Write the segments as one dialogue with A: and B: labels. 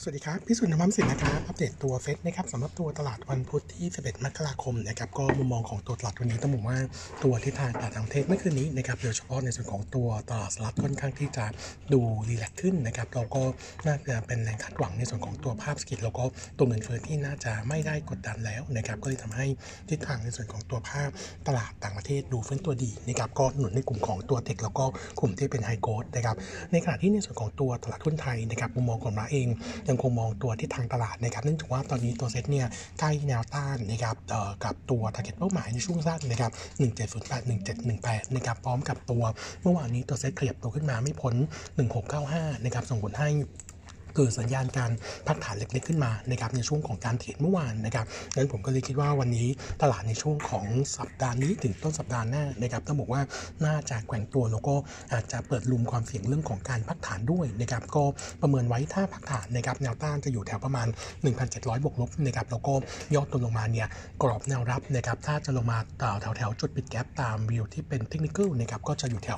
A: สวัสดีครับพี่สุนทร สินนะครับอัปเดตตัวเซ็ตนะครับสำหรับตัวตลาดวันพุธที่11มกราคมนะครับก็มุมมองของตัวตลาดวันนี้ต้องบอกว่าตัวทิศทางตลาดต่างประเทศเมื่อคืนนี้นะครับโดยเฉพาะในส่วนของตัวตลาดสหรัฐค่อนข้างที่จะดูรีแลกซ์ขึ้นนะครับแล้วก็น่าจะเป็นแรงคาดหวังในส่วนของตัวภาพเศรษฐกิจแล้วก็ตัวเงินเฟ้อที่น่าจะไม่ได้กดดันแล้วนะครับก็เลยทำให้ทิศทางในส่วนของตัวภาพตลาดต่างประเทศดูฟื้นตัวดีนะครับก็หนุนในกลุ่มของตัวเทคแล้วก็กลุ่มที่เป็นไฮโกรทนะครับในขณะที่ในส่วนของตัวตลาดหุ้นไทยนะครับมุมมองของเราเองยังคงมองตัวทิศทางตลาดนะครับเนื่องจากว่าตอนนี้ตัวเซ็ตเนี่ยใกล้แนวต้านนะครับกับตัว target เป้าหมายในช่วงสั้นนะครับ1708 1718นะครับพร้อมกับตัวเมื่อวานนี้ตัวเซ็ตขยับตัวขึ้นมาไม่พ้น1695นะครับส่งผลให้เกิดสัญญาณการพักฐานเล็กๆขึ้นมานะครับในช่วงของการเทรดเมื่อวานนะครับนั้นผมก็เลยคิดว่าวันนี้ตลาดในช่วงของสัปดาห์นี้ถึงต้นสัปดาห์หน้านะครับต้องบอกว่าน่าจะแกว่งตัวแล้วก็อาจจะเปิดลุมความเสี่ยงเรื่องของการพักฐานด้วยนะครับก็ประเมินไว้ถ้าพักฐานนะครับแนวต้านจะอยู่แถวประมาณ 1,700 บวกลบนะครับแล้วก็ย่อตัวลงมาเนี่ยกรอบแนวรับนะครับถ้าจะลงมาแถวจุดปิดแกปตามวิวที่เป็นเทคนิคอลนะครับก็จะอยู่แถว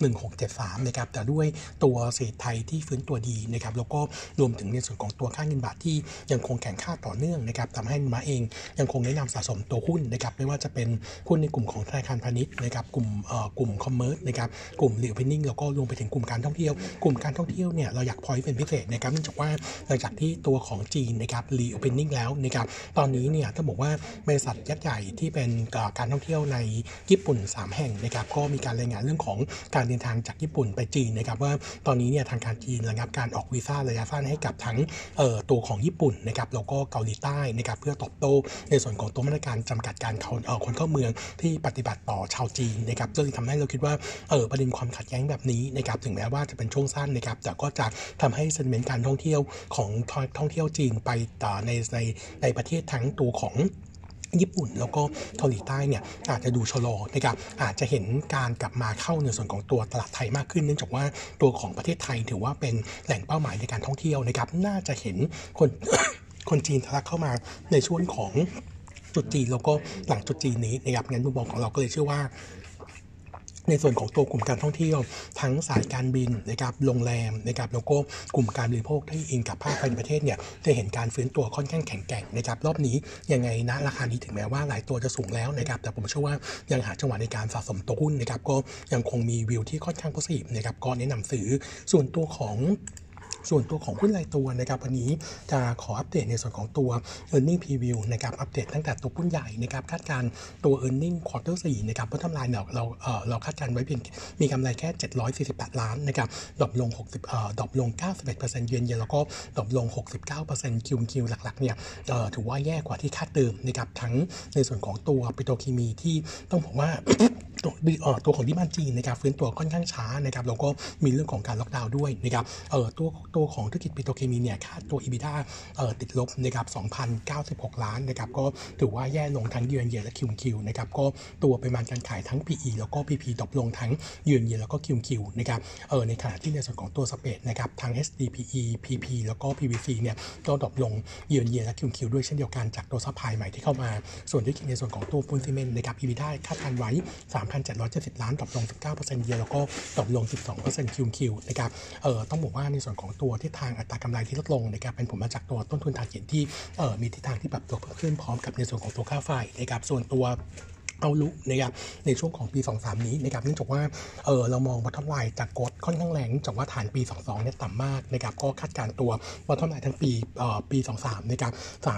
A: 1673นะครับแต่ด้วยตัวเศรษฐไทยที่ฟื้นตัวดีนะครับแล้วก็รวมถึงในส่วนของตัวค่าเงินบาทที่ยังคงแข็งค่าต่อเนื่องนะครับทำให้มาเองยังคงแนะนำสะสมตัวหุ้นนะครับไม่ว่าจะเป็นหุ้นในกลุ่มของธนาคารพาณิชย์นะครับกลุ่มคอมเมอร์สนะครับกลุ่มรีโอเพนนิ่งแล้วก็รวมไปถึงกลุ่มการท่องเที่ยวกลุ่มการท่องเที่ยวเนี่ยเราอยากพอยต์เป็นพิเศษนะครับเนื่องจากว่าหลังจากที่ตัวของจีนนะครับรีโอเพนนิ่งแล้วนะครับตอนนี้เนี่ยต้องบอกว่าบริษัทยักษ์ใหญ่ที่เป็นการท่องเที่ยวในญี่ปุ่น3แห่งนะครับก็มีการรายงานเรื่องของการเดินทางจากญี่ปุ่นไปจีนนะครับว่าตอนนี้เนี่ยทางการจีนระงับการออกวีซ่าระยะสั้นให้กับทั้งตัวของญี่ปุ่นนะครับแล้วก็เกาหลีใต้นะครับเพื่อตอบโต้ในส่วนของตัวมาตรการจำกัดการคนเข้าเมืองที่ปฏิบัติต่อชาวจีนนะครับก็เลยทำให้เราคิดว่าประเด็นความขัดแย้งแบบนี้นะครับถึงแม้ว่าจะเป็นช่วงสั้นนะครับแต่ก็จะทำให้เซนติเมนต์การท่องเที่ยวของท่องเที่ยวจีนไปต่อในประเทศทั้งตัวของญี่ปุ่นแล้วก็เกาหลีใต้เนี่ยอาจจะดูชะลอนะครับอาจจะเห็นการกลับมาเข้าในส่วนของตัวตลาดไทยมากขึ้นเนื่องจากว่าตัวของประเทศไทยถือว่าเป็นแหล่งเป้าหมายในการท่องเที่ยวนะครับน่าจะเห็นคน คนจีนทะลักเข้ามาในช่วงของจุดจีนแล้วก็หลังจุดจีนนี้นะครับงั้นมุมมองของเราก็เลยเชื่อว่าในส่วนของตัวกลุ่มการท่องเที่ยวทั้งสายการบินนะครับโรงแรมนะครับแล้วก็กลุ่มการบริโภคที่อิงกับภาคภายในประเทศเนี่ยจะเห็นการฟื้นตัวค่อนข้างแข็งแกร่งนะครับรอบนี้ยังไงนะราคานี้ถึงแม้ว่าหลายตัวจะสูงแล้วนะครับแต่ผมเชื่อว่ายังหาจังหวะในการสะสมตัวหุ้นนะครับก็ยังคงมีวิวที่ค่อนข้างโพสิทีฟนะครับก็แนะนำซื้อส่วนตัวของหุ้นรายตัวนะครับวันนี้จะขออัปเดตในส่วนของตัว earning preview นะครับอัปเดตตั้งแต่ตัวหุ้นใหญ่นะครับคาดการตัว earning quarter 4นะครับเพราะทำลายเราคาดการไว้เพียงมีกำไรแค่748ล้านนะครับดรอปลงดรอปลง 91% เยือนแล้วก็ดรอปลง 69% QQ หลักๆเนี่ยถือว่าแย่กว่าที่คาดเดิมนะครับทั้งในส่วนของตัวปิโตรเคมีที่ต้องบอกว่า ตัวของดิมานจีนนะครับฟื้นตัวค่อนข้างช้านะครับแล้วก็มีเรื่องของการล็อกดาวน์ด้วยนะครับตัวของธุรกิจปิโตรเคมีเนี่ยค่าตัว EBITDA ติดลบนะครับ 2,096 ล้านนะครับก็ถือว่าแย่ลงทั้งเยือนเยียและคิวนะครับก็ตัวปริมาณการขายทั้ง PE แล้วก็ PP ดรอปลงทั้งเยือนเยียแล้วก็คิวนะครับในขณะที่ในส่วนของตัวสเปดนะครับทั้ง SDPE PP แล้วก็ PVC เนี่ยก็ดรอปลงเยือนเยียและคิวด้วยเช่นเดียวกันจากตัวซัพพลายใหม่ที่เข้ามาส่วนธุรกิจในส่วนของตัวปูนซีเมนต์นะครับ EBITDA คาดการไว้3,770 ล้านดรอปลง 19% เยียแล้วก็ดรอปลง 12% QQ นะครับต้องบอกว่าในส่วนของตัวทิศทางอัตรากำไรที่ลดลงนะครับเป็นผลมาจากตัวต้นทุนฐานเขียนที่มีทิศทางที่ปรับตัวเพิ่มขึ้นพร้อมกับในส่วนของตัวค่าไฟนะครับส่วนตัวเอาลุกนะครับในช่วงของปี23นี้นะครับเนื่องจากว่าเรามองบอททอมไลน์จากกดค่อนข้างแรงจากว่าฐานปี22เนี่ยต่ำมากนะครับก็คาดการตัวบอททอมไลน์ทั้งปี23นะครับ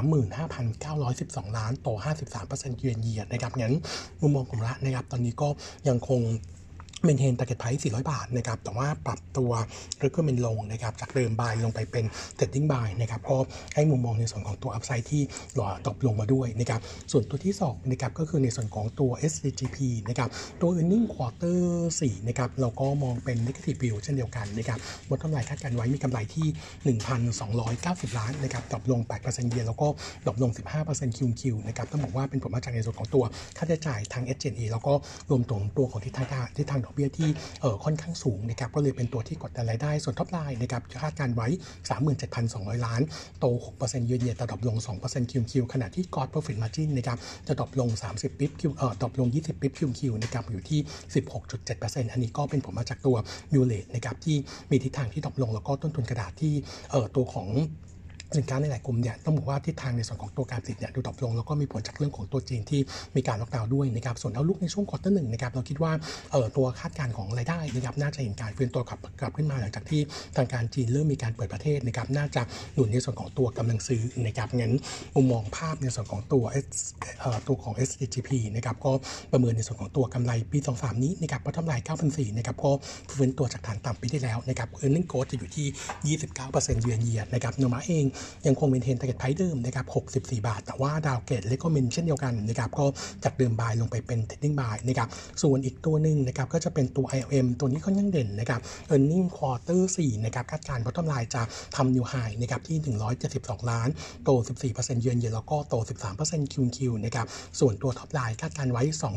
A: 35,912 ล้านโต 53% เยือนเยียนะครับงั้นมุมมองผมละนะครับตอนนี้ก็ยังคงเมนเทน target price 400 บาทนะครับแต่ว่าปรับตัว recommend ลงนะครับจากเดิม buy ลงไปเป็น trading buy นะครับก็ให้มุมมองในส่วนของตัว upside ที่ตกลงมาด้วยนะครับส่วนตัวที่2นะครับก็คือในส่วนของตัว SCGP นะครับตัว earning quarter 4นะครับเราก็มองเป็น negative view เช่นเดียวกันนะครับbottom line คาดการไว้มีกำไรที่ 1,290 ล้านนะครับดรอปลง 8% เยียร์แล้วก็ดรอปลง 15% QQ นะครับต้องบอกว่าเป็นผลมาจากในส่วนของตัวค่าใช้จ่ายทาง SG&A แล้วก็รวมถึงตัวของทิศทางดอกเบี้ยที่ค่อนข้างสูงนะครับก็เลยเป็นตัวที่กดดันรายได้ส่วนท็อปไลน์นะครับคาดการไว้ 37,200 ล้านโต 6% เยือนเยียแต่ดรอปลง 2% QQ ขณะที่ Gross Profit Margin นะครับจะดรอปลง30ปิ๊บดรอปลง20ปิ๊บ QQ นะครับอยู่ที่ 16.7% อันนี้ก็เป็นผลมาจากตัวยูเลทนะครับที่มีทิศทางที่ดรอปลงแล้วก็ต้นทุนกระดาษที่ตัวของสินค้าในหลายกลุ่มเนี่ยต้องบอกว่าทิศทางในส่วนของตัวการผลิตเนี่ยดูดรอปลงแล้วก็มีผลจากเรื่องของตัวจีนที่มีการล็อกดาวน์ด้วยนะครับส่วนเอาลุกในช่วงควอเตอร์หนึ่งนะครับเราคิดว่าตัวคาดการณ์ของรายได้นะครับน่าจะเห็นการฟื้นตัวกลับขึ้นมาหลังจากที่ทางการจีนเริ่มมีการเปิดประเทศนะครับน่าจะหนุนในส่วนของตัวกำลังซื้อนะครับงั้นมุมมองภาพในส่วนของตัวของ SCGP นะครับก็ประเมินในส่วนของตัวกำไรปี23นี้นะครับbottom line 9,400นะครับก็ฟื้นตัวจากฐานต่ำปีที่แล้วนะครับ earning growth จะอยู่ที่ 29% year-on-year นะครับโนมาเองยังคง maintain target price เดิมนะครับ64 บาทแต่ว่าดาวเกรด recommend เช่นเดียวกันนะครับก็จากเดิม buy ลงไปเป็น trading buy นะครับส่วนอีกตัวหนึ่งนะครับก็จะเป็นตัว ILM ตัวนี้ค่อนข้างเด่นนะครับ earning quarter 4นะครับคาดการณ์ bottom line จะทำ new high นะครับที่172ล้านโต 14% year-on-year แล้วก็โต 13% QoQ นะครับส่วนตัว top line คาดการณ์ไว้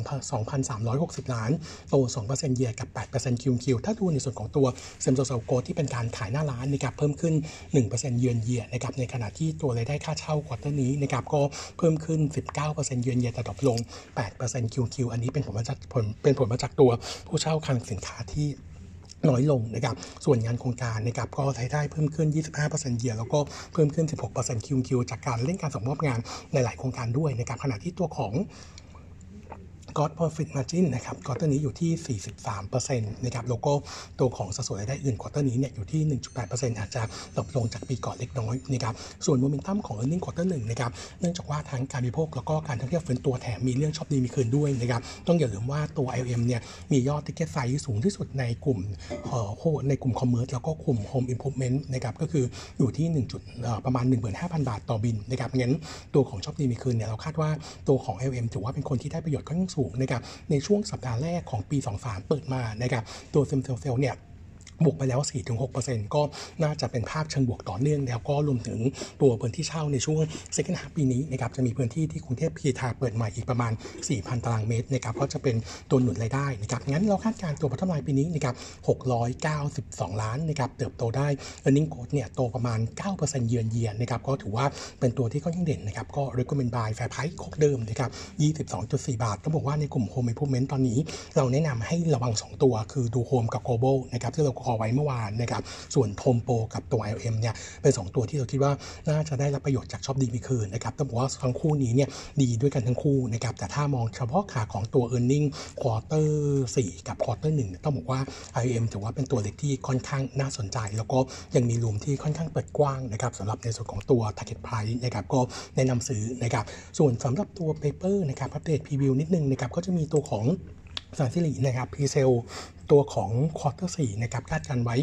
A: 2,360 ล้านโต 2% year กับ 8% QoQ ถ้าดูในส่วนของตัว same store sales growth ที่เป็นการขายหน้าร้านนะครับเพิ่มขึ้น 1% year-on-year นะครับในขณะที่ตัวรายได้ค่าเช่าควอเตอร์นี้นะครับก็เพิ่มขึ้น 19% year-on-year แต่ดรอปลง 8% QoQ อันนี้เป็นผลมาจากตัวผู้เช่าคลังสินค้าที่น้อยลงนะครับส่วนงานโครงการนะครับก็รายได้เพิ่มขึ้น 25% year แล้วก็เพิ่มขึ้น 16% QoQ จากการเร่งการส่งมอบงานในหลายโครงการด้วยนะครับขณะที่ตัวของGross Profit Margin นะครับควอเตอร์นี้อยู่ที่ 43% นะครับแล้วก็ตัวของสัดส่วนรายได้อื่นควอเตอร์นี้เนี่ยอยู่ที่ 1.8% อาจจะลดลงจากปีก่อนเล็กน้อยนะครับส่วนโมเมนตัมของ Earning ควอเตอร์1นะครับเนื่องจากว่าทั้งการบริโภคแล้วก็การท่องเที่ยวฟื้นตัวแถมมีเรื่องช็อปดีมีคืนด้วยนะครับต้องอย่าลืมว่าตัว ILM เนี่ยมียอด Ticket Size สูงที่สุดในกลุ่มคอมเมอร์สแล้วก็กลุ่ม Home Improvement นะครับก็คืออยู่ที่ประมาณ 15,000 บาทต่อบินนะครับงั้นตัวของช็อปดีมีคืนเนี่ยเราคาดว่าตัวของ ILM ถือว่าเป็นคนที่ได้ประโยชน์ค่อนข้างสูงนะครับในช่วงสัปดาห์แรกของปี23เปิดมานะครับตัวเซลเนี่ยบวกไปแล้ว 4-6% ก็น่าจะเป็นภาพเชิงบวกต่อเนื่องแล้วก็รวมถึงตัวพื้นที่เช่าในช่วง second half ปีนี้นะครับจะมีพื้นที่ที่กรุงเทพพีทาเปิดใหม่อีกประมาณ 4,000 ตารางเมตรนะครับก็จะเป็นตัวหนุนรายได้นะครับงั้นเราคาดการณ์ตัว bottom line ปีนี้นะครับ692ล้านนะครับเติบโตได้ earning growth เนี่ยโตประมาณ 9% year-on-year นะครับก็ถือว่าเป็นตัวที่ค่อนข้างเด่นนะครับก็ recommend buy fair price คงเดิมนะครับ22.4 บาทต้องบอกว่าในกลุ่ม home improvement ตอนนี้เราแนะนำให้ระวัง2ตัวคือดู home กับ global นะครับที่เราขอไว้เมื่อวานนะครับส่วน Home Pro กับตัว ILM เนี่ยเป็น2ตัวที่เราคิดว่าน่าจะได้รับประโยชน์จากช็อปดีมีคืนนะครับต้องบอกว่าทั้งคู่นี้เนี่ยดีด้วยกันทั้งคู่นะครับแต่ถ้ามองเฉพาะขาของตัว earning quarter 4กับ quarter 1ต้องบอกว่า ILM ถือว่าเป็นตัวเล็กที่ค่อนข้างน่าสนใจแล้วก็ยังมีรูมที่ค่อนข้างเปิดกว้างนะครับสำหรับในส่วนของตัว target price นะครับก็แนะนำซื้อนะครับส่วนสำหรับตัว paper นะครับอัปเดต preview นิดนึงนะครับก็จะมีตัวของสารสิรินะครับ pre-sale ตัวของ quarter 4นะครับคาดการไว้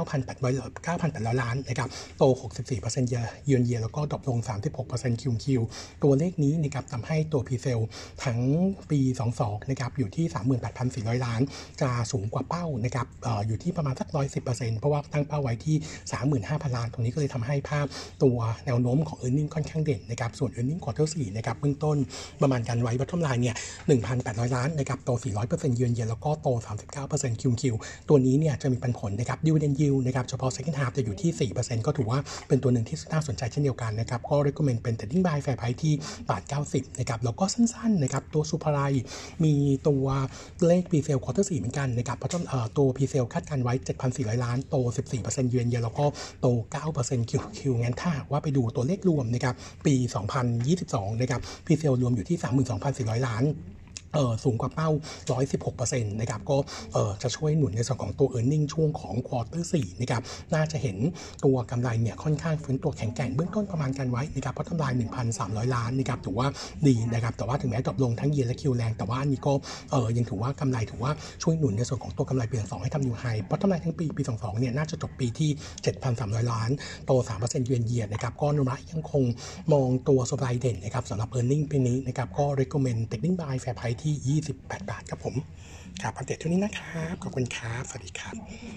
A: 9,800 ล้านนะครับโต 64% year-on-year แล้วก็ดรอปลง 36% QoQ ตัวเลขนี้นะครับทำให้ตัว pre-sale ทั้งปี22นะครับอยู่ที่ 38,400 ล้านจะสูงกว่าเป้านะครับอยู่ที่ประมาณสัก 110% เพราะว่าตั้งเป้าไว้ที่ 35,000 ล้านตรงนี้ก็เลยทำให้ภาพตัวแนวโน้มของ earning ค่อนข้างเด่นนะครับส่วน earning quarter 4นะครับเบื้องต้นประมาณการไว้ bottom line เนี่ย 1,800 ล้านนะครับโต 400% year-on-year แล้วก็โต 39% QoQ ตัวนี้เนี่ยจะมีปันผลนะครับ dividend yield นะครับเฉพาะ second half จะอยู่ที่ 4% ก็ถือว่าเป็นตัวหนึ่งที่น่าสนใจเช่นเดียวกันนะครับก็ recommend เป็น trading buy fair price ที่บาท90นะครับแล้วก็สั้นๆนะครับตัวซูเปอร์ไลท์มีตัวเลข pre-sale quarter 4เหมือนกันนะครับเพราะตัว pre-sale คาดการไว้ 7,400 ล้านโต 14% year-on-year แล้วก็โต 9% QoQ งั้นถ้าว่าไปดูตัวเลขรวมนะครับปี2022นะครับ pre-sale รวมอยู่ที่ 32,400 ล้านสูงกว่าเป้า 116% นะครับก็จะช่วยหนุนในส่วนของตัว earning ช่วงของ quarter 4นะครับน่าจะเห็นตัวกำไรเนี่ยค่อนข้างฟื้นตัวแข็งแกร่งเบื้องต้นประมาณกันไว้นะครับเพราะทำลาย 1,300 ล้านนะครับถือว่าดีนะครับแต่ว่าถึงแม้ดรอปลงทั้ง year และ Q แรงแต่ว่าอันนี้ก็ยังถือว่ากำไรถือว่าช่วยหนุนในส่วนของตัวกำไรปี22ให้ทำ new high เพราะทำลายทั้งปี22เนี่ยน่าจะจบปีที่ 7,300 ล้านโต 3% year-on-year นะครับก็นุระยังคงมองตัวสไลด์เด่นนะครับสำหรับ earning ปีนี้นะครับก็ recommend trading buy fair price ที่ 28 บาทครับผมครับอัปเดตเท่านี้นะครับขอบคุณครับสวัสดีครับ